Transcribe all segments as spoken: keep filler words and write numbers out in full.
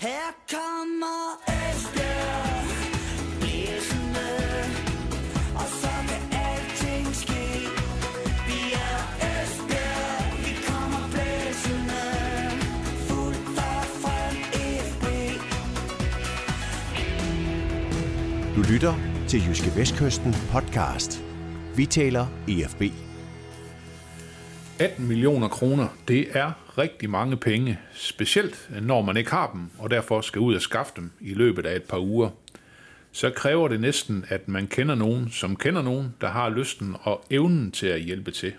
Her kommer Esbjerg blæsende, og så kan alting ske. Vi er Esbjerg, vi kommer blæsende, fuldt og frem F B. Du lytter til Jyske Vestkysten podcast. Vi taler E F B. atten millioner kroner, det er rigtig mange penge, specielt når man ikke har dem, og derfor skal ud og skaffe dem i løbet af et par uger. Så kræver det næsten, at man kender nogen, som kender nogen, der har lysten og evnen til at hjælpe til.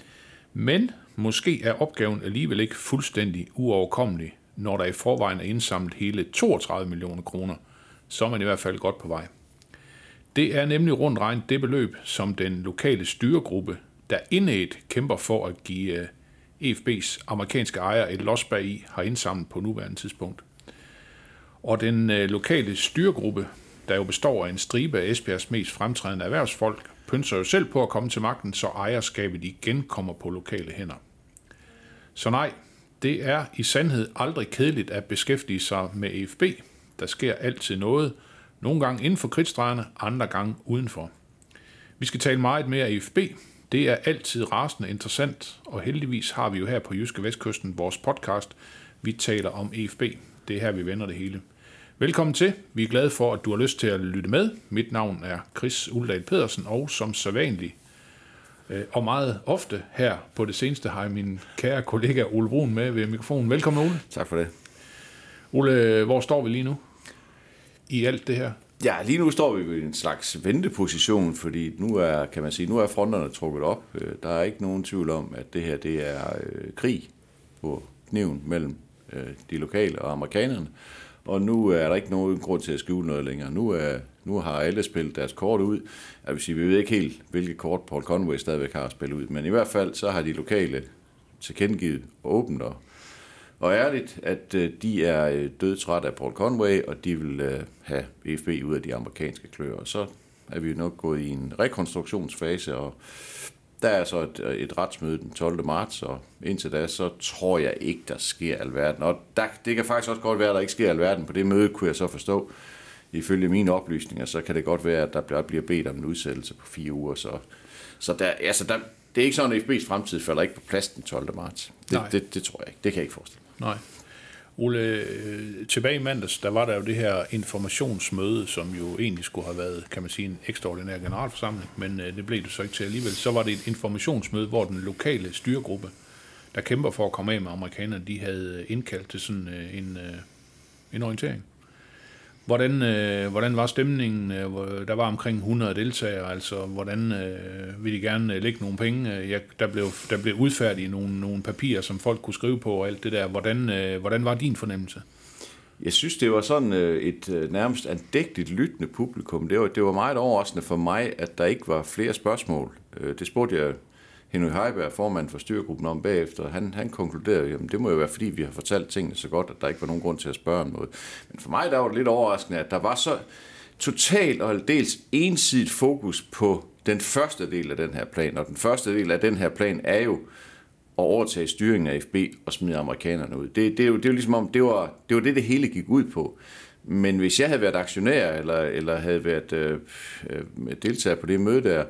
Men måske er opgaven alligevel ikke fuldstændig uoverkommelig, når der i forvejen er indsamlet hele toogtredive millioner kroner, så er man i hvert fald godt på vej. Det er nemlig rundt regnet det beløb, som den lokale styregruppe, der indædt kæmper for at give E F B's amerikanske ejer et los bag i, har indsamlet på nuværende tidspunkt. Og den lokale styregruppe, der jo består af en stribe af Esbjergs mest fremtrædende erhvervsfolk, pynser jo selv på at komme til magten, så ejerskabet igen kommer på lokale hænder. Så nej, det er i sandhed aldrig kedeligt at beskæftige sig med E F B. Der sker altid noget, nogle gange inden for kridtstregerne, andre gange udenfor. Vi skal tale meget mere E F B. Det er altid rasende interessant, og heldigvis har vi jo her på Jyske Vestkysten vores podcast. Vi taler om E F B. Det er her, vi vender det hele. Velkommen til. Vi er glade for, at du har lyst til at lytte med. Mit navn er Chris Uldal Pedersen, og som sædvanlig og meget ofte her på det seneste har jeg min kære kollega Ole Brun med ved mikrofonen. Velkommen, Ole. Tak for det. Ole, hvor står vi lige nu i alt det her? Ja, lige nu står vi i en slags venteposition, fordi nu er, kan man sige, nu er fronterne trukket op. Der er ikke nogen tvivl om, at det her det er øh, krig på kniven mellem øh, de lokale og amerikanerne. Og nu er der ikke nogen grund til at skjule noget længere. Nu, er, nu har alle spillet deres kort ud. Jeg vil sige, vi ved ikke helt, hvilke kort Paul Conway stadigvæk har spillet ud. Men i hvert fald så har de lokale tilkendegivet åbent og Og ærligt, at øh, de er øh, dødtræt af Paul Conway, og de vil øh, have E F B ud af de amerikanske kløer. Så er vi nok gået i en rekonstruktionsfase, og der er så et, et retsmøde den tolvte marts, og indtil da, så tror jeg ikke, der sker alverden. Og der, det kan faktisk også godt være, at der ikke sker alverden. På det møde kunne jeg så forstå, ifølge mine oplysninger, så kan det godt være, at der bliver bedt om en udsættelse på fire uger. Så, så der, altså der, det er ikke sådan, at F B's fremtid falder ikke på plads den tolvte marts. Det, det, det tror jeg ikke. Det kan jeg ikke forestille mig. Nej. Ole, tilbage i mandags, der var der jo det her informationsmøde, som jo egentlig skulle have været, kan man sige, en ekstraordinær generalforsamling, men det blev det så ikke til alligevel. Så var det et informationsmøde, hvor den lokale styregruppe, der kæmper for at komme af med amerikanerne, de havde indkaldt til sådan en, en orientering. Hvordan, øh, hvordan var stemningen? Der var omkring hundrede deltagere, altså hvordan øh, ville de gerne lægge nogle penge? Ja, der, blev, der blev udfærdiget nogle, nogle papirer, som folk kunne skrive på og alt det der. Hvordan, øh, hvordan var din fornemmelse? Jeg synes, det var sådan et nærmest andægtigt lyttende publikum. Det var, det var meget overraskende for mig, at der ikke var flere spørgsmål. Det spurgte jeg Henry Heiberg, formand for styregruppen, om bagefter. Han, han konkluderede, at det må jo være, fordi vi har fortalt tingene så godt, at der ikke var nogen grund til at spørge om noget. Men for mig der var det lidt overraskende, at der var så totalt og dels ensidigt fokus på den første del af den her plan. Og den første del af den her plan er jo at overtage styringen af F B og smide amerikanerne ud. Det, det, er, jo, det er jo ligesom om, det var, det var det, det hele gik ud på. Men hvis jeg havde været aktionær, eller, eller havde været øh, deltager på det møde der,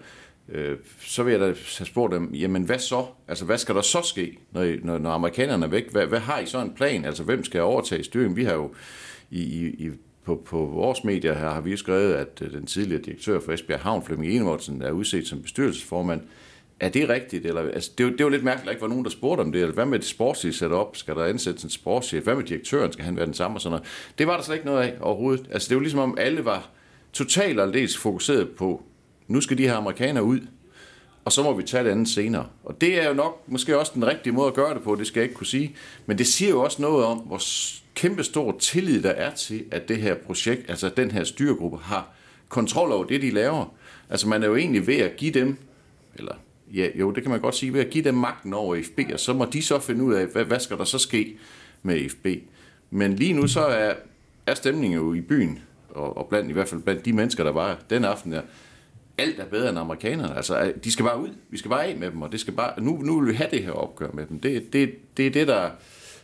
så vil jeg da have spurgt dem, jamen hvad så? Altså hvad skal der så ske, når, når, når amerikanerne er væk? Hvad, hvad har I så en plan? Altså hvem skal overtage styringen? Vi har jo i, i, på, på vores medier her har vi skrevet, at den tidligere direktør for Esbjerg Havn, Flemming Enevoldsen, er udset som bestyrelsesformand. Er det rigtigt? Eller, altså, det, er jo, det er jo lidt mærkeligt, at der ikke var nogen, der spurgte om det. Eller hvad med det sportslige setup? Skal der ansættes en sportschef? Hvad med direktøren? Skal han være den samme? Og sådan noget? Det var der slet ikke noget af overhovedet. Altså det var ligesom om alle var totalt og aldeles fokuseret på, nu skal de her amerikanere ud, og så må vi tage det andet senere. Og det er jo nok måske også den rigtige måde at gøre det på, det skal jeg ikke kunne sige. Men det siger jo også noget om, hvor kæmpe stor tillid der er til, at det her projekt, altså den her styregruppe, har kontrol over det, de laver. Altså man er jo egentlig ved at give dem, eller ja, jo, det kan man godt sige, ved at give dem magten over F B, og så må de så finde ud af, hvad, hvad skal der så ske med F B. Men lige nu så er, er stemningen jo i byen, og, og blandt i hvert fald blandt de mennesker, der var den aften der, alt er bedre end amerikanerne. Altså, de skal bare ud. Vi skal bare af med dem, og det skal bare, nu, nu vil vi have det her opgør med dem. Det, det, det er det, der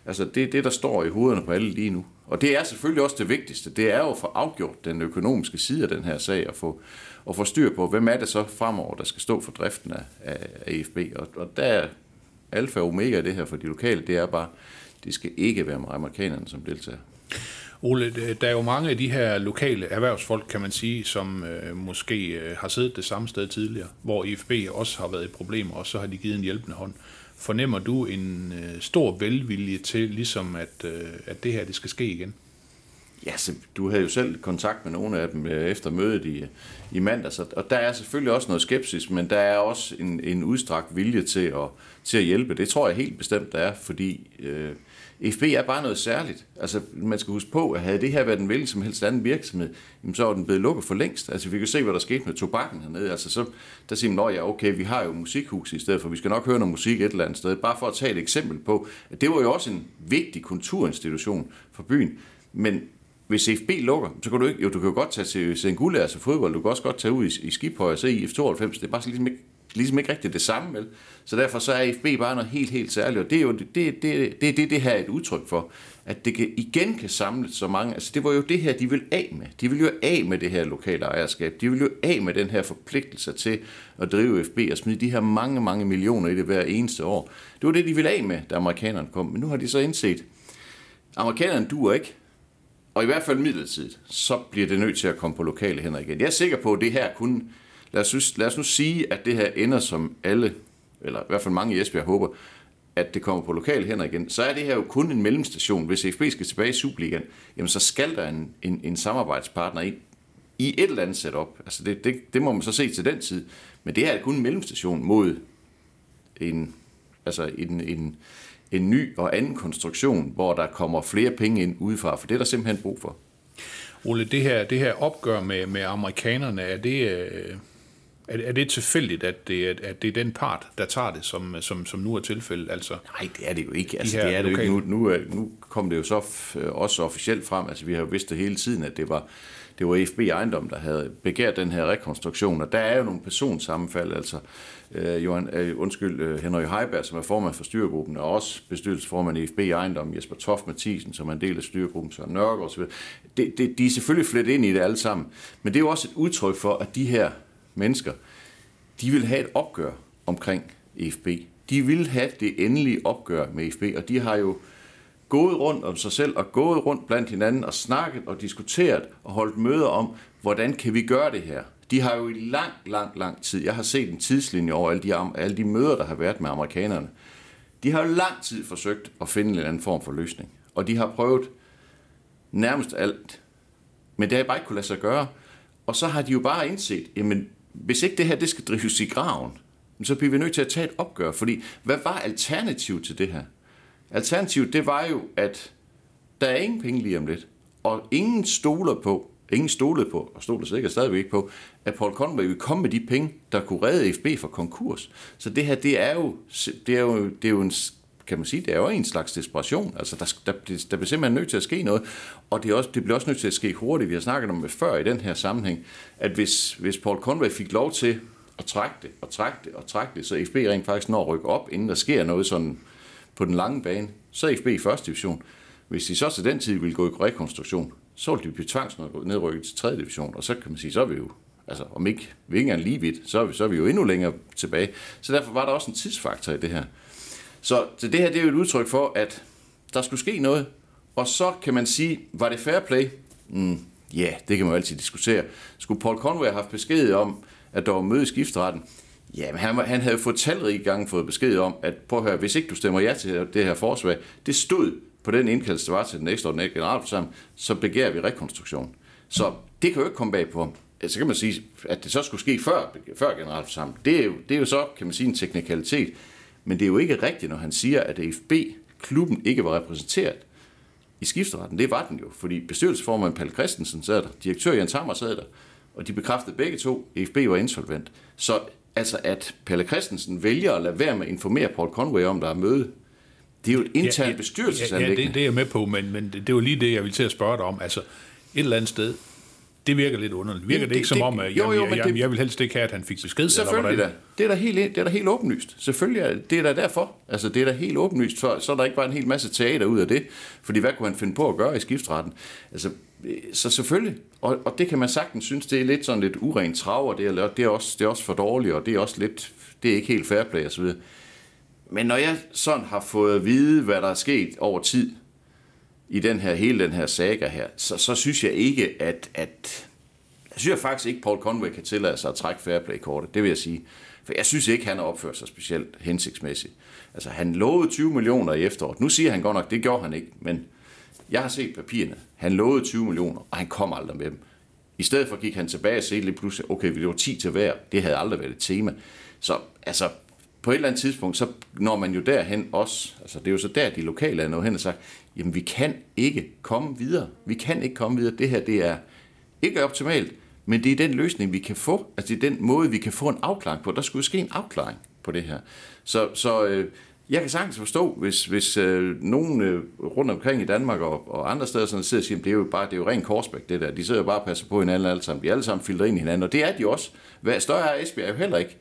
Altså det er det, der står i hovederne på alle lige nu. Og det er selvfølgelig også det vigtigste. Det er jo at få afgjort den økonomiske side af den her sag, og få, og få styr på, hvem er det så fremover, der skal stå for driften af, af, af E F B. Og, og der er alfa og omega det her for de lokale, det er bare, det skal ikke være med amerikanerne som deltager. Ole, der er jo mange af de her lokale erhvervsfolk, kan man sige, som øh, måske øh, har siddet det samme sted tidligere, hvor E F B også har været i problemer, og så har de givet en hjælpende hånd. Fornemmer du en øh, stor velvilje til, ligesom at, øh, at det her det skal ske igen? Ja, så du havde jo selv kontakt med nogle af dem øh, efter mødet i, i mandags, og der er selvfølgelig også noget skepsis, men der er også en, en udstrakt vilje til at, til at hjælpe. Det tror jeg helt bestemt, der er, fordi øh, E F B er bare noget særligt. Altså, man skal huske på, at havde det her været en hvilken som helst anden virksomhed, jamen, så var den blevet lukket for længst. Altså, vi kan se, hvad der skete med tobakken hernede. Altså, så, der siger man, ja, okay, vi har jo musikhus i stedet for, vi skal nok høre noget musik et eller andet sted. Bare for at tage et eksempel på, at det var jo også en vigtig kulturinstitution for byen. Men hvis E F B lukker, så kan du ikke, jo, du kan jo godt tage til Saint Gullærs og fodbold, du kan også godt tage ud i, i Skiphøj og se I F tooghalvfems, det er bare ligesom ikke, ligesom ikke rigtigt det samme, vel? Så derfor så er E F B bare noget helt, helt særligt, og det er jo det, det, det, det, det, det her er et udtryk for, at det kan, igen kan samle så mange, altså det var jo det her, de vil af med, de vil jo af med det her lokale ejerskab, de vil jo af med den her forpligtelse til at drive E F B og smide de her mange, mange millioner i det hver eneste år. Det var det, de ville af med, da amerikanerne kom, men nu har de så indset, amerikanerne duer ikke, og i hvert fald midlertidigt, så bliver det nødt til at komme på lokale hænder igen. Jeg er sikker på, at det her kun, lad os, lad os nu sige, at det her ender som alle, eller i hvert fald mange i Esbjerg håber, at det kommer på lokale hænder igen, så er det her jo kun en mellemstation. Hvis E F B skal tilbage i Superligaen, jamen så skal der en, en, en samarbejdspartner ind i et eller andet setup. Altså det, det, det må man så se til den tid. Men det her er kun en mellemstation mod en, altså en, en, en ny og anden konstruktion, hvor der kommer flere penge ind udefra, for det er der simpelthen brug for. Ole, det her, det her opgør med, med amerikanerne, er det, er, er det tilfældigt, at det, at det er den part, der tager det, som, som, som nu er tilfældet? Altså, nej, det er det jo ikke. Altså, det er det jo ikke. Nu, nu, nu kom det jo så også officielt frem, altså vi har jo vidst det hele tiden, at det var, det var E F B Ejendom, der havde begært den her rekonstruktion, og der er jo nogle personsammenfald, altså øh, Johan, øh, undskyld, øh, Henry Heiberg, som er formand for styregruppen, og også bestyrelsesformand i E F B Ejendom, Jesper Toft Mathisen, som er en del af styregruppen, Søren Nørgaard osv. Det, det, de er selvfølgelig flettet ind i det alle sammen, men det er jo også et udtryk for, at de her mennesker, de vil have et opgør omkring E F B. De vil have det endelige opgør med E F B, og de har jo gået rundt om sig selv og gået rundt blandt hinanden og snakket og diskuteret og holdt møder om, hvordan kan vi gøre det her. De har jo i lang, lang, lang tid, jeg har set en tidslinje over alle de, alle de møder, der har været med amerikanerne. De har jo lang tid forsøgt at finde en eller anden form for løsning, og de har prøvet nærmest alt, men det har bare ikke kunne lade sig gøre. Og så har de jo bare indset, jamen hvis ikke det her det skal drives i graven, så bliver vi nødt til at tage et opgør, fordi hvad var alternativet til det her? Alternativet, det var jo, at der er ingen penge lige om lidt, og ingen stoler på, ingen stolede på, og stoler sikkert stadigvæk ikke på, at Paul Conway ville komme med de penge, der kunne redde E F B fra konkurs. Så det her, det er jo, det er jo, det er jo en, kan man sige, det er jo en slags desperation. Altså, der, der, der bliver simpelthen nødt til at ske noget, og det, er også, det bliver også nødt til at ske hurtigt. Vi har snakket om det før i den her sammenhæng, at hvis, hvis Paul Conway fik lov til at trække det, og trække det, og trække det, så E F B rent faktisk når at rykke op, inden der sker noget sådan på den lange bane, så er E F B i første division. Hvis de så til den tid ville gå i rekonstruktion, så ville de blive tvangsnedrykket til tredje division, og så kan man sige, så er vi jo, altså om ikke, vi ikke er lige vidt, så er, vi, så er vi jo endnu længere tilbage. Så derfor var der også en tidsfaktor i det her. Så, så det her, det er jo et udtryk for, at der skulle ske noget, og så kan man sige, var det fair play? Mm, ja, yeah, det kan man jo altid diskutere. Skulle Paul Conway have haft besked om, at der var møde i skifteretten? Ja, men han, han havde jo fået talrige gange fået besked om, at prøv at høre, hvis ikke du stemmer ja til det her forslag, det stod på den indkaldelse, der var til den ekstraordinære generalforsamling, så begærer vi rekonstruktion. Så det kan jo ikke komme bag på ham. Så kan man sige, at det så skulle ske før, før generalforsamling. Det er, jo, det er jo så, kan man sige, en teknikalitet. Men det er jo ikke rigtigt, når han siger, at E F B-klubben ikke var repræsenteret i skifteretten. Det var den jo, fordi bestyrelsesformand Palle Christensen sad der, direktør Jens Hammer sad der, og de bekræftede begge to, at E F B var insolvent. Så altså, at Palle Christensen vælger at lade være med at informere Paul Conway om, der er møde, det er jo et internt ja, ja, bestyrelsesanliggende. Ja, ja det, det er jeg med på, men, men det er jo lige det, jeg vil til at spørge dig om. Altså, et eller andet sted, det virker lidt underligt. Virker det, det ikke som det, om, at jo, jo, jeg, jeg, det, jeg vil helst ikke have, at han fik besked? Selvfølgelig eller da. Det er da helt, det er da helt åbenlyst. Selvfølgelig er det er da derfor. Altså, det er da helt åbenlyst, for så er der ikke bare en hel masse teater ud af det. Fordi hvad kunne han finde på at gøre i skifteretten? Altså, så selvfølgelig. Og, og det kan man sagtens synes, det er lidt sådan lidt urent trav, og det er, det er, også, det er også for dårligt, og det er også lidt, det er ikke helt fair play og så videre. Men når jeg sådan har fået at vide, hvad der er sket over tid i den her, hele den her saga her, så, så synes jeg ikke, at, at jeg synes jeg faktisk ikke, Paul Conway kan tillade sig at trække fair play-kortet, det vil jeg sige. For jeg synes ikke, han har opført sig specielt hensigtsmæssigt. Altså, han lovede tyve millioner i efteråret. Nu siger han godt nok, det gjorde han ikke, men jeg har set papirerne. Han lovede tyve millioner, og han kom aldrig med dem. I stedet for gik han tilbage og sagde lidt pludselig, okay, vi var ti til hver. Det havde aldrig været et tema. Så altså, på et eller andet tidspunkt, så når man jo derhen også, altså det er jo så der, de lokale er nået hen og sagt, jamen vi kan ikke komme videre. Vi kan ikke komme videre. Det her, det er ikke optimalt, men det er den løsning, vi kan få. Altså det er den måde, vi kan få en afklaring på. Der skulle ske en afklaring på det her. Så, så øh, jeg kan sagtens forstå, hvis, hvis øh, nogen øh, rundt omkring i Danmark og, og andre steder sådan sidder og siger, det er jo bare det er jo ren Korsbæk, det der. De sidder jo bare og passer på hinanden alle sammen. De er alle sammen filtrer ind i hinanden, og det er de også. Hvad større er Esbjerg jo heller ikke.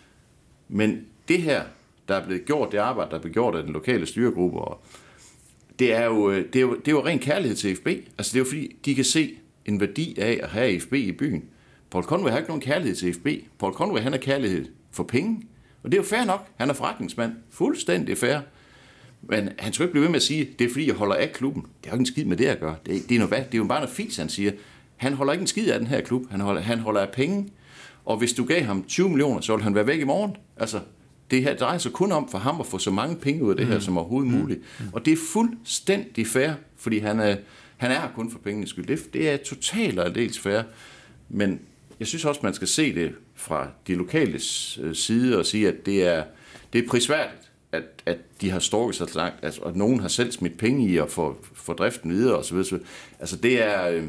Men det her, der er blevet gjort, det arbejde, der er blevet gjort af den lokale styregruppe, og det er jo, det er jo, det er jo ren kærlighed til F B. Altså det er jo fordi, de kan se en værdi af at have F B i byen. Paul Conway har ikke nogen kærlighed til F B. Paul Conway, han har kærlighed for penge. Og det er jo fair nok. Han er forretningsmand. Fuldstændig fair. Men han skal ikke blive ved med at sige, det er fordi, jeg holder af klubben. Det har jo ikke en skid med det at gøre. Det er, det er, noget, det er jo bare noget fis, han siger. Han holder ikke en skid af den her klub. Han holder, han holder af penge. Og hvis du gav ham tyve millioner, så ville han være væk i morgen. Altså, det her drejer sig kun om for ham at få så mange penge ud af det her, mm. som overhovedet mm. muligt. Og det er fuldstændig fair, fordi han er, han er her kun for pengenes skyld. Det, det er totalt og aldeles fair. Men jeg synes også, man skal se det fra de lokale side og sige, at det er, det er prisværdigt, at, at de har strukket sig langt, altså, at nogen har selv smidt penge i at få, få driften videre osv. Altså det er... Øh,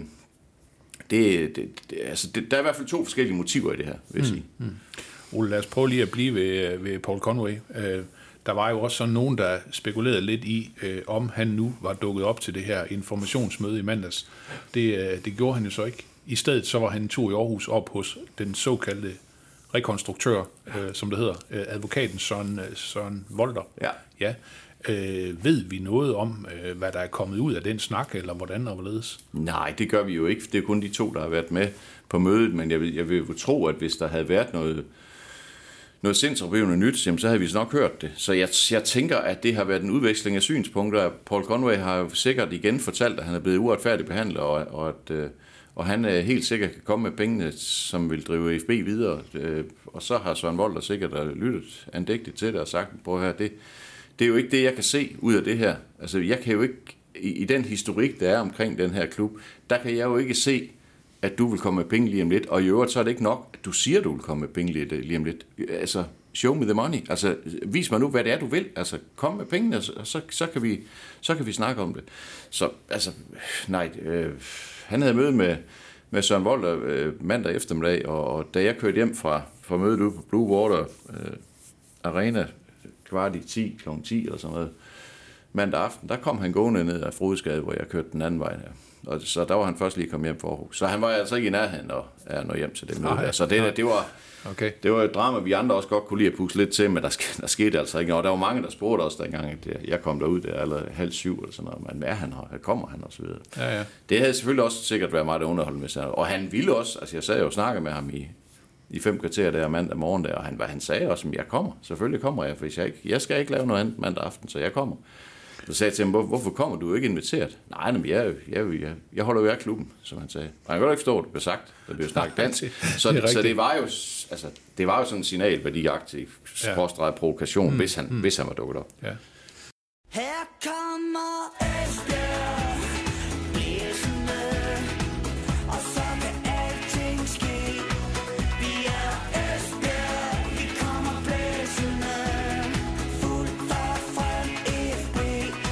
det, det, det, altså det, der er i hvert fald to forskellige motiver i det her, vil jeg sige. Mm, mm. Ole, lad os prøve lige at blive ved, ved Paul Conway. Øh, der var jo også sådan nogen, der spekulerede lidt i, øh, om han nu var dukket op til det her informationsmøde i mandags. Det, øh, det gjorde han jo så ikke. I stedet så var han en tur i Aarhus op hos den såkaldte rekonstruktør, øh, som det hedder, øh, advokaten Søren, Søren Volter. Ja. Ja. Øh, ved vi noget om, øh, hvad der er kommet ud af den snak, eller hvordan og hvorledes? Nej, det gør vi jo ikke. Det er kun de to, der har været med på mødet, men jeg vil, jeg vil jo tro, at hvis der havde været noget, noget sindsoprivende nyt, jamen, så havde vi nok hørt det. Så jeg, jeg tænker, at det har været en udveksling af synspunkter. Paul Conway har jo sikkert igen fortalt, at han er blevet uretfærdigt behandlet, og, og at... Øh, Og han er helt sikkert kan komme med pengene, som vil drive F B videre. Og så har Søren Volter sikkert lyttet andægtigt til det og sagt, prøv her, det, det er jo ikke det, jeg kan se ud af det her. Altså, jeg kan jo ikke, i, i den historik, der er omkring den her klub, der kan jeg jo ikke se, at du vil komme med penge lige om lidt. Og i øvrigt, så er det ikke nok, at du siger, at du vil komme med penge lige om lidt. Altså, show me the money. Altså, vis mig nu, hvad det er, du vil. Altså, kom med pengene, og så, så, kan, vi, så kan vi snakke om det. Så, altså, nej... Øh, Han havde møde med, med Søren Volter øh, mandag eftermiddag, og, og da jeg kørte hjem fra, fra mødet ude på Blue Water øh, Arena, kvart i ti, klokken ti eller sådan noget, mandag aften, der kom han gående ned af Frodesgade, hvor jeg kørte den anden vej her. Og så der var han først lige kommet hjem fra Aarhus. Så han var altså ikke i nærheden af nå hjem til det møde der. Så det, det, var, okay. det var et drama, vi andre også godt kunne lide at pusse lidt til, men der, der skete altså ikke. Og der var mange, der spurgte os dengang, at jeg kom derud der allerede halv syv eller sådan noget. Men er han her? Kommer han? Og så videre. Ja, ja. Det havde selvfølgelig også sikkert været meget underholdende. Og han ville også, altså jeg sad jo og snakkede med ham i, i fem kvarter der mandag morgen der, og han, han sagde også, at jeg kommer. Selvfølgelig kommer jeg, for jeg, ikke, jeg skal ikke lave noget andet mandag aften, så jeg kommer. Så sagde jeg til ham, Hvor, hvorfor kommer du ikke inviteret? Nej, men jeg, jeg, jeg, jeg holder jo af klubben, som han sagde. Og han kan godt ikke forstå, at det blev sagt. Der blev snakket dansk. Så, det så det var jo altså, det var jo sådan en signalværdiagtig skråstreg provokation, mm. hvis, han, mm. hvis han var dukket op. Ja. Her kommer Esbjerg blæsende, og så kan alting ske. Vi er Esbjerg, vi kommer blæsende, fuldt og frem F B.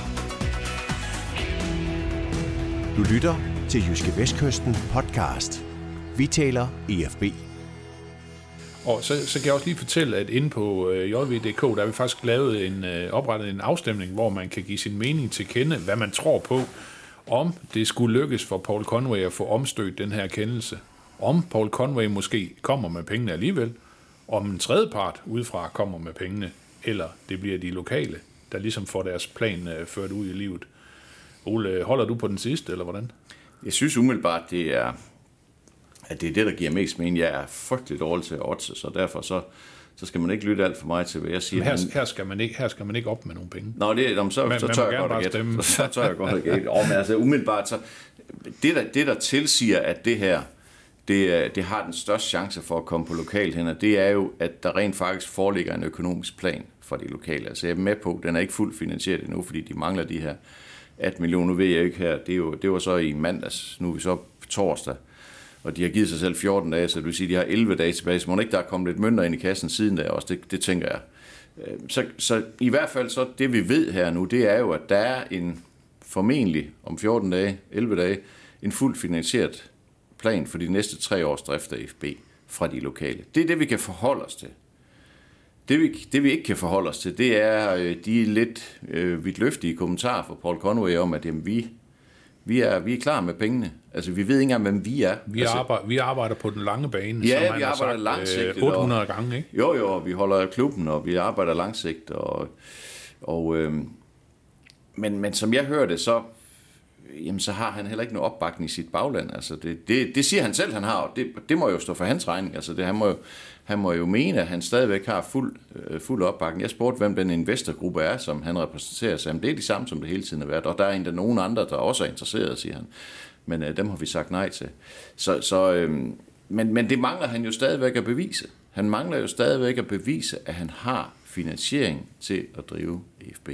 Du lytter til Jyske Vestkysten podcast. Vi taler E F B. Og så, så kan jeg også lige fortælle, at inde på øh, j v punktum d k, der har vi faktisk lavet en, øh, oprettet en afstemning, hvor man kan give sin mening til kende, hvad man tror på, om det skulle lykkes for Paul Conway at få omstødt den her kendelse, om Paul Conway måske kommer med pengene alligevel, om en tredje part udefra kommer med pengene, eller det bliver de lokale, der ligesom får deres plan øh, ført ud i livet. Ole, holder du på den sidste, eller hvordan? Jeg synes umiddelbart, det er, at det er det, der giver mest mening. Jeg er frygtelig dårlig til at oddse, så derfor så, så skal man ikke lytte alt for meget til, hvad jeg siger. Her, her, skal man ikke, her skal man ikke op med nogle penge. Nå, det, så, man, så, man tør jeg godt at gætte. Så, så tør jeg godt at gætte. Og, men altså umiddelbart, så, det, der, det der tilsiger, at det her, det, det har den største chance for at komme på lokalt hænder, det er jo, at der rent faktisk foreligger en økonomisk plan for de lokale. Altså jeg er med på, den er ikke fuldt finansieret endnu, fordi de mangler de her atten millioner. Nu ved jeg ikke her, det, er jo, det var så i mandags, nu er vi så på torsdag, og de har givet sig selv fjorten dage, så det vil sige, at de har elleve dage tilbage, så må ikke der er kommet lidt mønter ind i kassen siden der også, det, det tænker jeg. Så, så i hvert fald så det vi ved her nu, det er jo, at der er en formentlig om fjorten dage, elleve dage, en fuldt finansieret plan for de næste tre års drift af F B fra de lokale. Det er det, vi kan forholde os til. Det vi, det vi ikke kan forholde os til, det er øh, de lidt øh, vidtløftige kommentarer fra Paul Conway om, at jamen, vi, vi, er, vi er klar med pengene. Altså, vi ved ikke engang, hvem vi er. Vi, altså, arbejder, vi arbejder på den lange bane, ja, som vi han arbejder har sagt langsigtet, otte hundrede gange, ikke? Jo, jo, vi holder klubben, og vi arbejder langsigtet. Og, og, øh, men, men som jeg hører det, så, jamen, så har han heller ikke noget opbakning i sit bagland. Altså, det, det, det siger han selv, han har, og det, det må jo stå for hans regning. Altså, det, han må jo Han må jo mene, at han stadigvæk har fuld, øh, fuld opbakning. Jeg spurgte, hvem den investorgruppe er, som han repræsenterer sig. Men det er de samme, som det hele tiden har været. Og der er endda nogen andre, der også er interesseret, siger han. Men øh, dem har vi sagt nej til. Så, så, øh, men, men det mangler han jo stadigvæk at bevise. Han mangler jo stadigvæk at bevise, at han har finansiering til at drive F B.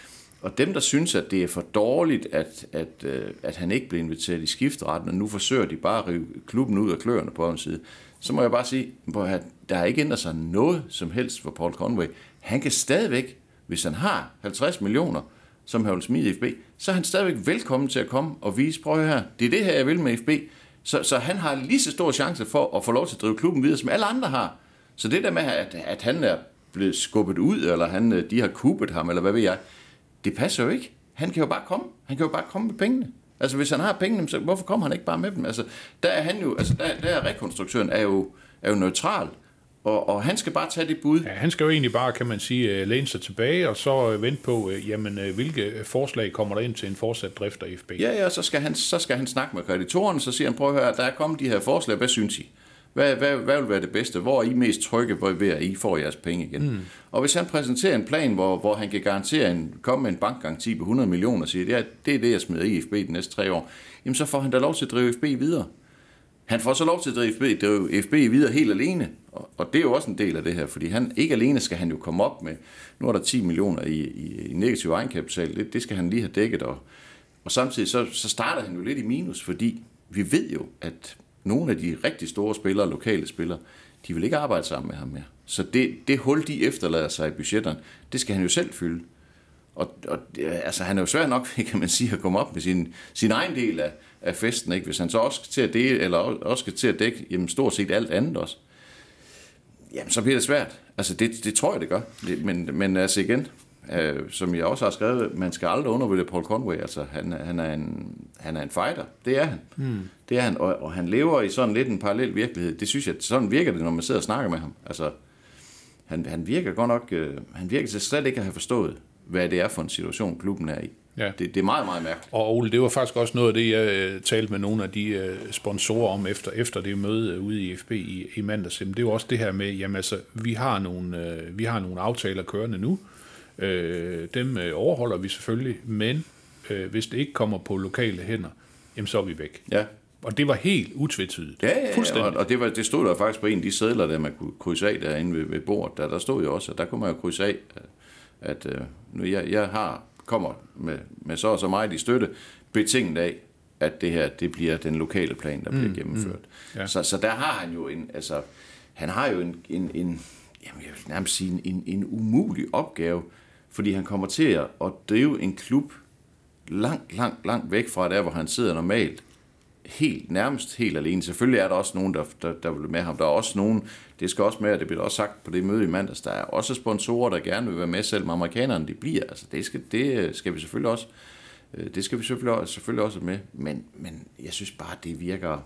Og dem, der synes, at det er for dårligt, at, at, at han ikke blev inviteret i skifteretten, og nu forsøger de bare at rive klubben ud af kløerne på en side, så må jeg bare sige, at der er ikke ændret sig noget som helst for Paul Conway. Han kan stadigvæk, hvis han har halvtreds millioner, som har smidt i F B, så er han stadigvæk velkommen til at komme og vise, prøv her, det er det her, jeg vil med F B. Så, så han har lige så stor chance for at få lov til at drive klubben videre, som alle andre har. Så det der med, at, at han er blevet skubbet ud, eller han, de har kuppet ham, eller hvad ved jeg, det passer jo ikke. Han kan jo bare komme. Han kan jo bare komme med pengene. Altså, hvis han har pengene, så hvorfor kommer han ikke bare med dem? Altså, der er han jo, altså, der, der er rekonstruktøren er jo, er jo neutral, og, og han skal bare tage det bud. Ja, han skal jo egentlig bare, kan man sige, læne sig tilbage, og så vente på, jamen, hvilke forslag kommer der ind til en fortsat drift af F B? Ja, ja, så skal han, så skal han snakke med kreditorerne, så siger han, prøv at høre, der er kommet de her forslag, hvad synes I? Hvad, hvad, hvad vil være det bedste? Hvor er I mest trygge ved, at I får jeres penge igen? Mm. Og hvis han præsenterer en plan, hvor, hvor han kan garantere en, komme med en bankgaranti på hundrede millioner, og siger, ja, det er det, jeg smider i F B de næste tre år, jamen så får han da lov til at drive F B videre. Han får så lov til at drive F B, drive F B videre helt alene, og, og det er jo også en del af det her, fordi han ikke alene skal han jo komme op med, nu er der ti millioner i, i, i negativ egenkapital, det, det skal han lige have dækket, og, og samtidig så, så starter han jo lidt i minus, fordi vi ved jo, at nogle af de rigtig store spillere, lokale spillere, de vil ikke arbejde sammen med ham mere. Så det, det hul, de efterlader sig i budgetterne, det skal han jo selv fylde. Og, og altså, han er jo svær nok, kan man sige, at komme op med sin, sin egen del af, af festen, ikke? Hvis han så også skal til at dele, eller også skal til at dække jamen, stort set alt andet også, jamen, så bliver det svært. Altså, det, det tror jeg, det gør. Det, men, men altså igen, øh, som jeg også har skrevet, man skal aldrig undervurdere Paul Conway. Altså, han, han, er en, han er en fighter. Det er han. Hmm. Det er han. Og, og han lever i sådan lidt en parallel virkelighed. Det synes jeg, sådan virker det, når man sidder og snakker med ham. Altså, han, han virker godt nok, øh, han virker til slet ikke at have forstået, hvad det er for en situation, klubben er i. Ja. Det, det er meget, meget mærkeligt. Og Ole, det var faktisk også noget af det, jeg talte med nogle af de sponsorer om efter, efter det møde ude i F B i, i mandags. Det er jo også det her med, jamen altså, vi har nogle, vi har nogle aftaler kørende nu. Dem overholder vi selvfølgelig, men hvis det ikke kommer på lokale hænder, jamen så er vi væk. Ja. Og det var helt utvetydigt. Ja, ja, ja, og det, var, det stod der faktisk på en af de sedler, der man kunne krydse af derinde ved, ved bordet. Der, der stod jo også, at der kunne man jo krydse af, at øh, nu jeg, jeg har, kommer med, med så og så meget i støtte, betinget af, at det her, det bliver den lokale plan, der bliver mm, gennemført. Mm, ja. så, så der har han jo en, altså, han har jo en, en, en jamen, jeg vil nærmest sige, en, en umulig opgave, fordi han kommer til at drive en klub langt, langt, langt væk fra der, hvor han sidder normalt, helt, nærmest helt alene. Selvfølgelig er der også nogen, der, der, der vil med ham. Der er også nogen, det skal også med, det bliver også sagt på det møde i mandags, der er også sponsorer, der gerne vil være med, selv med amerikanerne, de bliver. Altså, det skal, det skal vi selvfølgelig også Det skal vi selvfølgelig også, selvfølgelig også med, men, men jeg synes bare, det virker,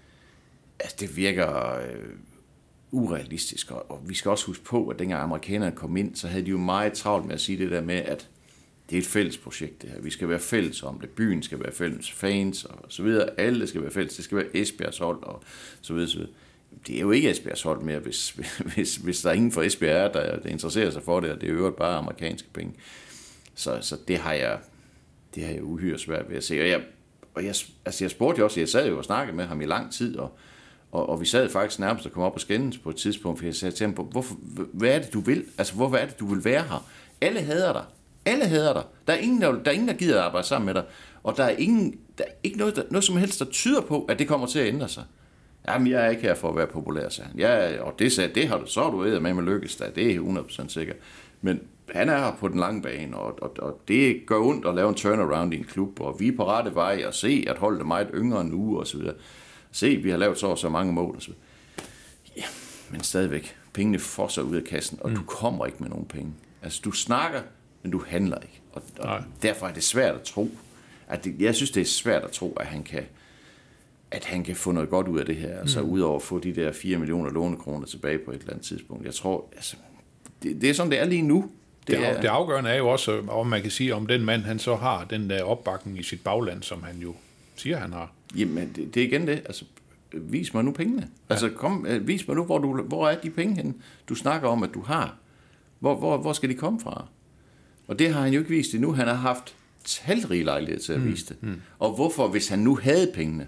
altså det virker øh, urealistisk, og, og vi skal også huske på, at dengang amerikanerne kom ind, så havde de jo meget travlt med at sige det der med, at det er et fælles projekt det her, vi skal være fælles om det, byen skal være fælles, fans og så videre, alle skal være fælles, det skal være Esbjergs hold og så videre, så videre. Det er jo ikke Esbjergs hold mere, hvis, hvis, hvis der er ingen fra Esbjerg er, der, der interesserer sig for det, og det er jo bare amerikanske penge. Så, så det har jeg det har jeg uhyre svært ved at se. Og jeg, og jeg, altså jeg spurgte jo også, jeg sad jo og snakkede med ham i lang tid, og, og, og vi sad faktisk nærmest og kom op og skændes på et tidspunkt, for jeg sagde til ham, hvorfor, hvad er det, du vil? Altså, hvorfor er det, du vil være her? Alle hader dig. Alle hader dig. Der er ingen, der, der, er ingen, der gider at arbejde sammen med dig. Og der er, ingen, der er ikke noget, der, noget som helst, der tyder på, at det kommer til at ændre sig. Jamen, jeg er ikke her for at være populær, sagde han. Ja, og det sagde, det har du, så har du ædet med med lykkes, da. Det er hundrede procent sikkert. Men han er her på den lange bane, og, og, og det gør ondt at lave en turnaround i en klub, og vi er på rette vej, og se, at holdet er meget yngre nu, og så videre. Se, vi har lavet så og så mange mål, og så videre. Ja, men stadigvæk, pengene fosser ud af kassen, og mm. du kommer ikke med nogen penge. Altså, du snakker, men du handler ikke. Og, og derfor er det svært at tro, at det, jeg synes, det er svært at tro, at han kan, at han kan få noget godt ud af det her, altså mm. udover at få de der fire millioner lånekroner tilbage på et eller andet tidspunkt. Jeg tror, altså, det, det er sådan, det er lige nu. Det, det, er, det afgørende er jo også, om man kan sige, om den mand, han så har den der opbakning i sit bagland, som han jo siger, han har. Jamen, det, det er igen det. Altså, vis mig nu pengene. Ja. Altså, kom, vis mig nu, hvor, du, hvor er de penge henne, du snakker om, at du har. Hvor, hvor, hvor skal de komme fra? Og det har han jo ikke vist endnu. Han har haft talrige lejlighed til at mm. vise det. Mm. Og hvorfor, hvis han nu havde pengene,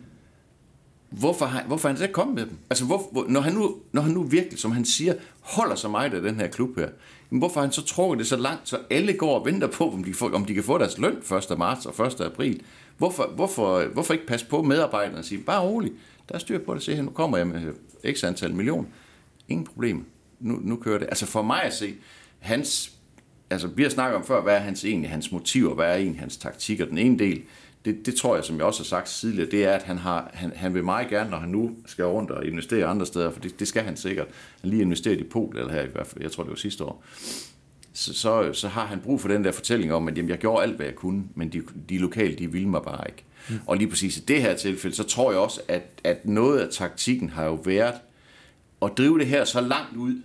Hvorfor, han, hvorfor han så ikke kommet med dem? Altså, hvor, hvor, når, han nu, når han nu virkelig, som han siger, holder så meget af den her klub her, jamen, hvorfor har han så trukket det så langt, så alle går og venter på, om de, får, om de kan få deres løn første marts og første april? Hvorfor, hvorfor, hvorfor ikke passe på medarbejderne og sige, bare roligt, der er styr på det, se her, nu kommer jeg med x antal millioner. Ingen problem. Nu, nu kører det. Altså for mig at se, hans, altså vi har snakket om før, hvad er hans egentlig, hans motiver, hvad er egentlig hans taktik, og den ene del, Det, det tror jeg, som jeg også har sagt tidligere, det er, at han, har, han, han vil meget gerne, når han nu skal rundt og investere andre steder, for det, det skal han sikkert. Han lige investeret i Polen, eller her i hvert fald, jeg tror det var sidste år. Så, så, så har han brug for den der fortælling om, at jamen, jeg gjorde alt, hvad jeg kunne, men de, de lokale, de ville mig bare ikke. Mm. Og lige præcis i det her tilfælde, så tror jeg også, at, at noget af taktikken har jo været at drive det her så langt ud,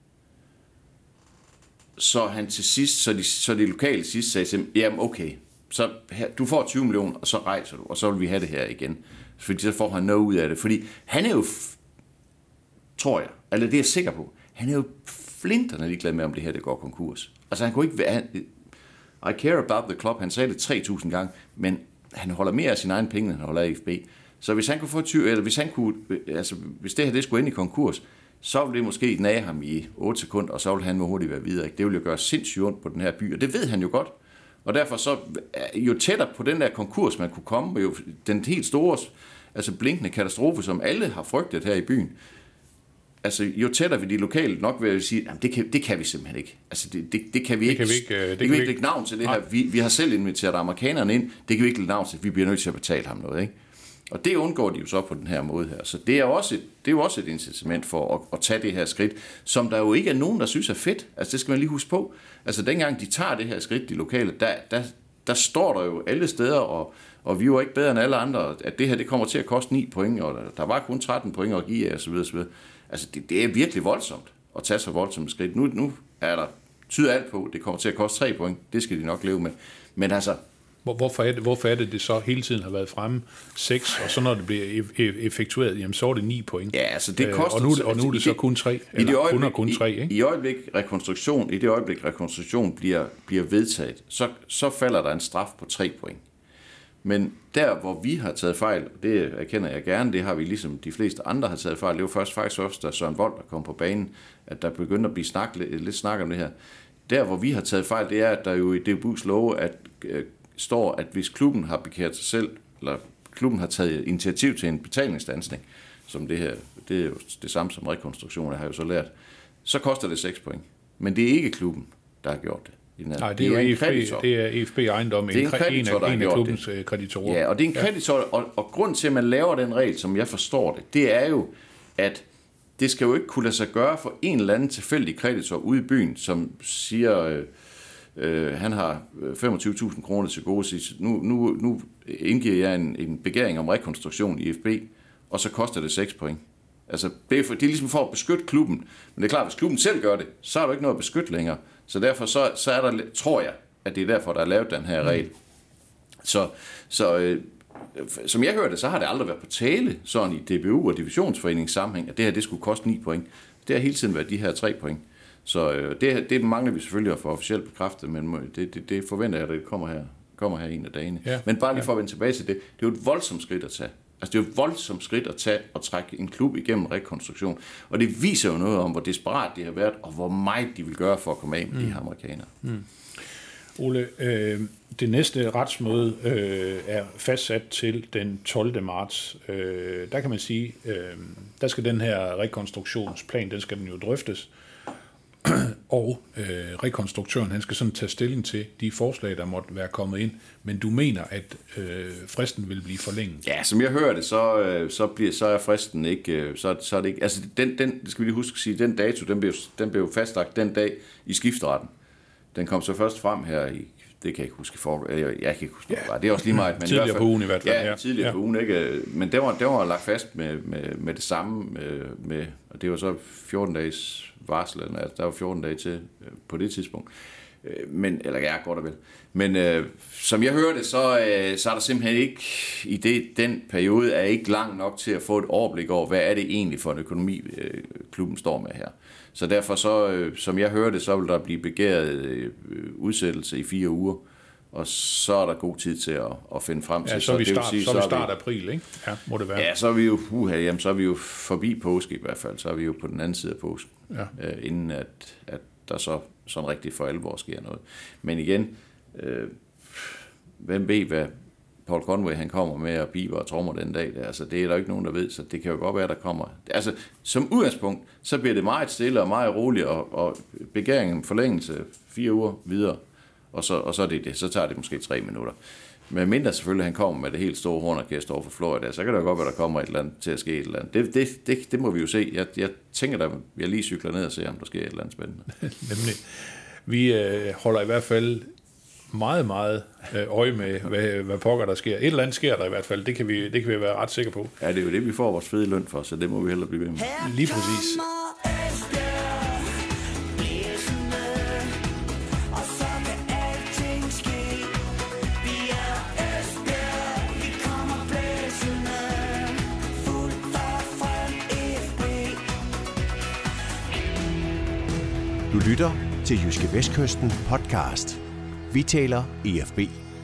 så han til sidst, så de, så de lokale sidst sagde til ham, jamen okay, så her, du får tyve millioner, og så rejser du, og så vil vi have det her igen. Fordi så får han noget ud af det. Fordi han er jo, tror jeg, eller det er jeg sikker på, han er jo flinterne ligeglad med, om det her det går konkurs. Altså han kunne ikke være, han, I care about the club, han sagde det tre tusind gange, men han holder mere af sine egne penge, end han holder af F B. Så hvis han kunne få tyve, eller hvis han kunne, altså hvis det her det skulle ind i konkurs, så ville det måske nage ham i otte sekunder, og så ville han må hurtigt være videre. Ikke? Det ville jo gøre sindssygt ondt på den her by, og det ved han jo godt. Og derfor så, jo tættere på den der konkurs, man kunne komme, jo den helt store, altså blinkende katastrofe, som alle har frygtet her i byen, altså jo tættere vi de lokale nok vil sige, jamen det kan, det kan vi simpelthen ikke. Altså det, det, det kan vi ikke, det kan vi ikke, det, det kan vi ikke lægge navn til det her. Vi, vi har selv inviteret amerikanerne ind, det kan vi ikke lægge navn til, vi bliver nødt til at betale ham noget, ikke? Og det undgår de jo så på den her måde her. Så det er, også et, det er jo også et incitament for at, at tage det her skridt, som der jo ikke er nogen, der synes er fedt. Altså det skal man lige huske på. Altså dengang de tager det her skridt, de lokale, der, der, der står der jo alle steder, og, og vi er jo ikke bedre end alle andre, at det her det kommer til at koste ni point, og der var kun tretten point at give af, og så videre, så videre. Altså det, det er virkelig voldsomt at tage så voldsomt skridt. Nu, nu er der tyder alt på, det kommer til at koste tre point. Det skal de nok leve med. Men altså, Hvorfor er, det, hvorfor er det, det så hele tiden har været fremme seks, og så når det bliver effektueret, jamen så er det ni point. Ja, altså det koster... Og nu, og nu er det så kun tre, eller øjeblik, kun og kun tre, ikke? I, i øjeblik rekonstruktion, i det øjeblik rekonstruktion bliver, bliver vedtaget, så, så falder der en straf på tre point. Men der, hvor vi har taget fejl, det erkender jeg gerne, det har vi ligesom de fleste andre har taget fejl, det var først faktisk også, da Søren Wold kom på banen, at der begyndte at blive snak, lidt, lidt snak om det her. Der, hvor vi har taget fejl, det er, at der jo i D B U's love, at står, at hvis klubben har bekæret sig selv, eller klubben har taget initiativ til en betalingsstandsning, som det her, det er jo det samme som rekonstruktion, jeg har jo så lært, så koster det seks point. Men det er ikke klubben, der har gjort det. Nej, det, det er jo E F B, det er E F B ejendom, en, en, kreditor, en, af, en af klubbens det. kreditorer. Ja, og det er en kreditor, og, og grund til, at man laver den regel, som jeg forstår det, det er jo, at det skal jo ikke kunne lade sig gøre for en eller anden tilfældig kreditor ude i byen, som siger... Øh, Øh, han har femogtyve tusind kroner til gode sidst. Nu, nu, nu indgiver jeg en, en begæring om rekonstruktion i F B, og så koster det seks point. Altså, det er, for, det er ligesom for at beskytte klubben. Men det er klart, hvis klubben selv gør det, så er der ikke noget at beskytte længere. Så derfor så, så er der, tror jeg, at det er derfor, der er lavet den her regel. Så, så øh, som jeg hørte, så har det aldrig været på tale, sådan i D B U og divisionsforeningens sammenhæng, at det her det skulle koste ni point. Det har hele tiden været de her tre point. Så øh, det, det mangler vi selvfølgelig at få officielt bekræftet, men det, det, det forventer jeg, at det kommer her, kommer her en af dagene. Ja, men bare lige for at vende tilbage til det, det er jo et voldsomt skridt at tage. Altså det er jo et voldsomt skridt at tage og trække en klub igennem rekonstruktion. Og det viser jo noget om, hvor desperat det har været, og hvor meget de vil gøre for at komme af med mm. de her amerikanere. Mm. Ole, øh, det næste retsmøde øh, er fastsat til den tolvte marts. Øh, der kan man sige, øh, der skal den her rekonstruktionsplan, den skal den jo drøftes. Og øh, rekonstruktøren, han skal sådan tage stilling til de forslag, der måtte være kommet ind. Men du mener, at øh, fristen vil blive forlænget? Ja, som jeg hører det, så, øh, så, bliver, så er fristen ikke, øh, så, så er det ikke, altså den, den, det skal vi lige huske at sige, den dato, den blev, den blev fastlagt den dag i skifteretten. Den kom så først frem her i, det kan jeg ikke huske, for, jeg, jeg kan ikke huske, ja, det er også lige meget. Men tidligere i hvert fald, på ugen i hvert fald. Ja, tidligere ja. på ugen, ikke? Men det var, det var lagt fast med, med, med det samme, med, med, og det var så fjorten dages varsel, altså der var fjorten dage til øh, på det tidspunkt. Øh, men, eller ja, godt og vel. Men øh, som jeg hørte, så, øh, så er der simpelthen ikke, i det, den periode er ikke lang nok til at få et overblik over, hvad er det egentlig for en økonomi, øh, klubben står med her. Så derfor, så, øh, som jeg hørte, så vil der blive begæret øh, udsættelse i fire uger, og så er der god tid til at, at finde frem til. Ja, så er vi start, sige, så er vi start april, ikke? Ja, må det være. Ja, så er vi jo, uha, jamen, så er vi jo forbi påske i hvert fald, så er vi jo på den anden side af påsken, ja. øh, inden at, at der så sådan rigtig for alvor sker noget. Men igen, øh, hvem ved, hvad Paul Conway han kommer med og biber og trommer den dag der, altså det er der ikke nogen, der ved, så det kan jo godt være, der kommer. Altså som udgangspunkt, så bliver det meget stille og meget roligt, og, og begæringen forlængelse fire uger videre, og så, og så er det det, så tager det måske tre minutter. Men mindre selvfølgelig, han kommer med det helt store hornorkester over for Florida, så kan det jo godt være, der kommer et eller andet til at ske et eller andet. Det, det, det, det må vi jo se. Jeg, jeg tænker, at jeg lige cykler ned og ser, om der sker et eller andet spændende. Nemlig. Vi øh, holder i hvert fald meget, meget øh, øje med, hvad, hvad pokker der sker. Et eller andet sker der i hvert fald, det kan vi, det kan vi være ret sikre på. Ja, det er jo det, vi får vores fede løn for, så det må vi hellere blive ved med. Lige præcis. Du lytter til Jyske Vestkysten podcast. Vi taler E F B.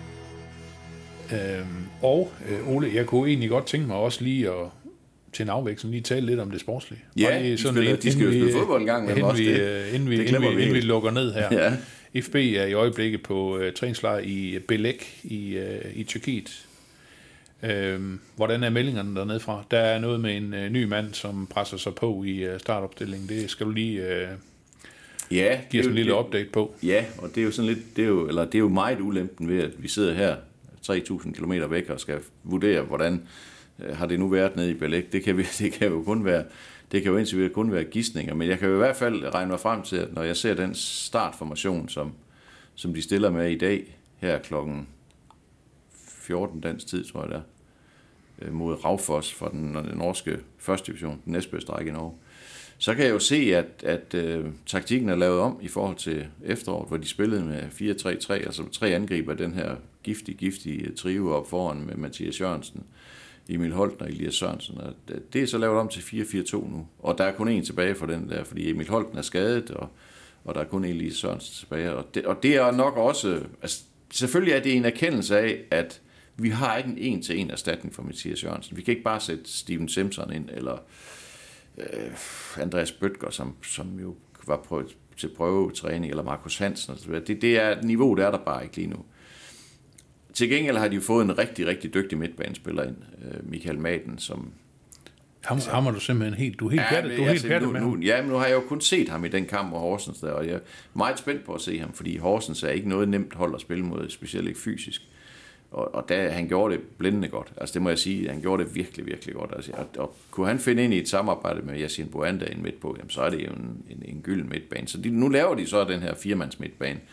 Øhm, og øh, Ole, jeg kunne egentlig godt tænke mig også lige at til en afveksling lige tale lidt om det sportslige. Ja, de, sådan, spiller, de skal jo spille fodbold en gang med inden os. Vi, det, inden vi, det inden vi, vi, inden vi lukker ned her. Ja. F B er i øjeblikket på uh, træningslejr i Belek i, uh, i Tyrkiet. Øhm, hvordan er meldingerne dernede fra? Der er noget med en uh, ny mand, som presser sig på i uh, startopstillingen. Det skal du lige... Uh, Ja, giver sådan en lille update på. Ja, og det er jo sådan lidt, det er jo, eller det er jo meget ulempen ved, at vi sidder her tre tusind kilometer væk og skal vurdere, hvordan øh, har det nu været nede i Belek. Det kan, vi, det kan jo kun være, det kan jo indtil videre kun være gidsninger, men jeg kan jo i hvert fald regne mig frem til, at når jeg ser den startformation, som, som de stiller med i dag, her klokken fjorten dansk tid, tror jeg det er, øh, mod Raufoss fra den, den norske første division, den næstbedste række i Norge, så kan jeg jo se, at, at øh, taktikken er lavet om i forhold til efteråret, hvor de spillede med fire tre tre, altså tre angriber, den her giftige, giftige trio op foran med Mathias Jørgensen, Emil Holten og Elias Sørensen. Og det er så lavet om til fire fire to nu, og der er kun en tilbage for den der, fordi Emil Holten er skadet, og, og der er kun Elias Sørensen tilbage. Og det, og det er nok også, altså selvfølgelig er det en erkendelse af, at vi har ikke en en-til-en erstatning for Mathias Jørgensen. Vi kan ikke bare sætte Steven Simpson ind, eller Andreas Bøtger, som, som jo var på, til prøvetræning, eller Markus Hansen. Det, det er et niveau, der er der bare ikke lige nu. Til gengæld har de jo fået en rigtig, rigtig dygtig midtbanespiller ind, Michael Madden, som... Ham, ham er du simpelthen helt... Du er helt pjattet ja, altså, med nu, nu, Ja, men nu har jeg jo kun set ham i den kamp mod Horsens der, og jeg er meget spændt på at se ham, fordi Horsens er ikke noget nemt hold at spille mod, specielt ikke fysisk. Og, og da, han gjorde det blændende godt. Altså det må jeg sige, han gjorde det virkelig, virkelig godt. Altså, og, og kunne han finde ind i et samarbejde med Yasin Boanda en midt på, jamen, så er det jo en, en, en gylden midtbane. Så de, nu laver de så den her firemands midtbane,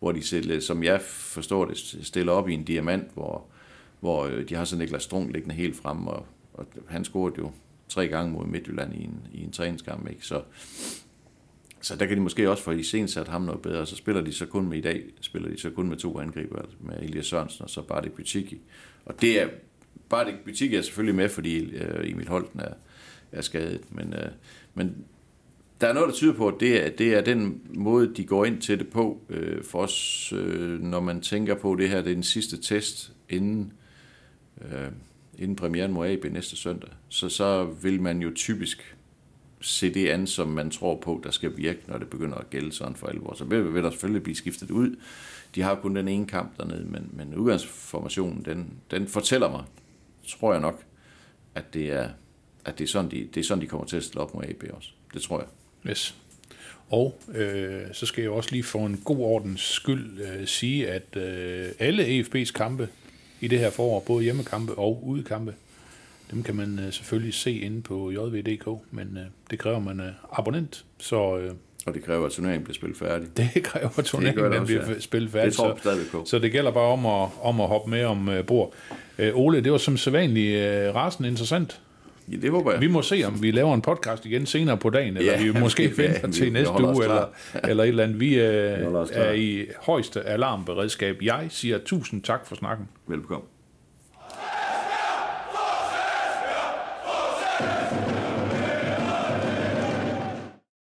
hvor de, stille, som jeg forstår det, stiller op i en diamant, hvor, hvor de har så Niklas Strunk liggende helt fremme, og, og han scorede jo tre gange mod Midtjylland i en, i en træningskamp, ikke? Så, så der kan de måske også få iscenesat ham noget bedre, så spiller de så kun med i dag, spiller de så kun med to angriber, altså med Elias Sørensen og så Bartek Bycicki. Og det er, Bartek Bycicki er selvfølgelig med, fordi øh, Emil Holten er, er skadet, men, øh, men der er noget, der tyder på, at det er, det er den måde, de går ind til det på, øh, for os, øh, når man tænker på det her, det er den sidste test inden, øh, inden premieren mod A B næste søndag, så, så vil man jo typisk se det an, som man tror på, der skal virke, når det begynder at gælde sådan for alvor. Så vil, vil der selvfølgelig blive skiftet ud. De har kun den ene kamp dernede, men, men udgangsformationen, den, den fortæller mig, tror jeg nok, at det er, at det er, sådan, de, det er sådan, de kommer til at stille op mod A B også. Det tror jeg. Yes. Og øh, så skal jeg også lige for en god ordens skyld øh, sige, at øh, alle E F B's kampe i det her forår, både hjemmekampe og udekampe, dem kan man øh, selvfølgelig se inde på j v punktum d k, men øh, det kræver man er abonnent, så... Øh, og det kræver, at turneringen bliver spillet færdig. Det kræver, at turneringen også, bliver ja. spillet færdig. Det tror jeg stadigvæk på. Så det gælder bare om at, om at hoppe med om uh, bord. Uh, Ole, det var som sædvanligt uh, rasende interessant. Ja, det håber jeg. Vi må se, om vi laver en podcast igen senere på dagen, eller ja, vi måske det, venter ja, til vi, næste vi uge, eller, eller et eller andet. Vi uh, er i højeste alarmberedskab. Jeg siger tusind tak for snakken. Velbekomme.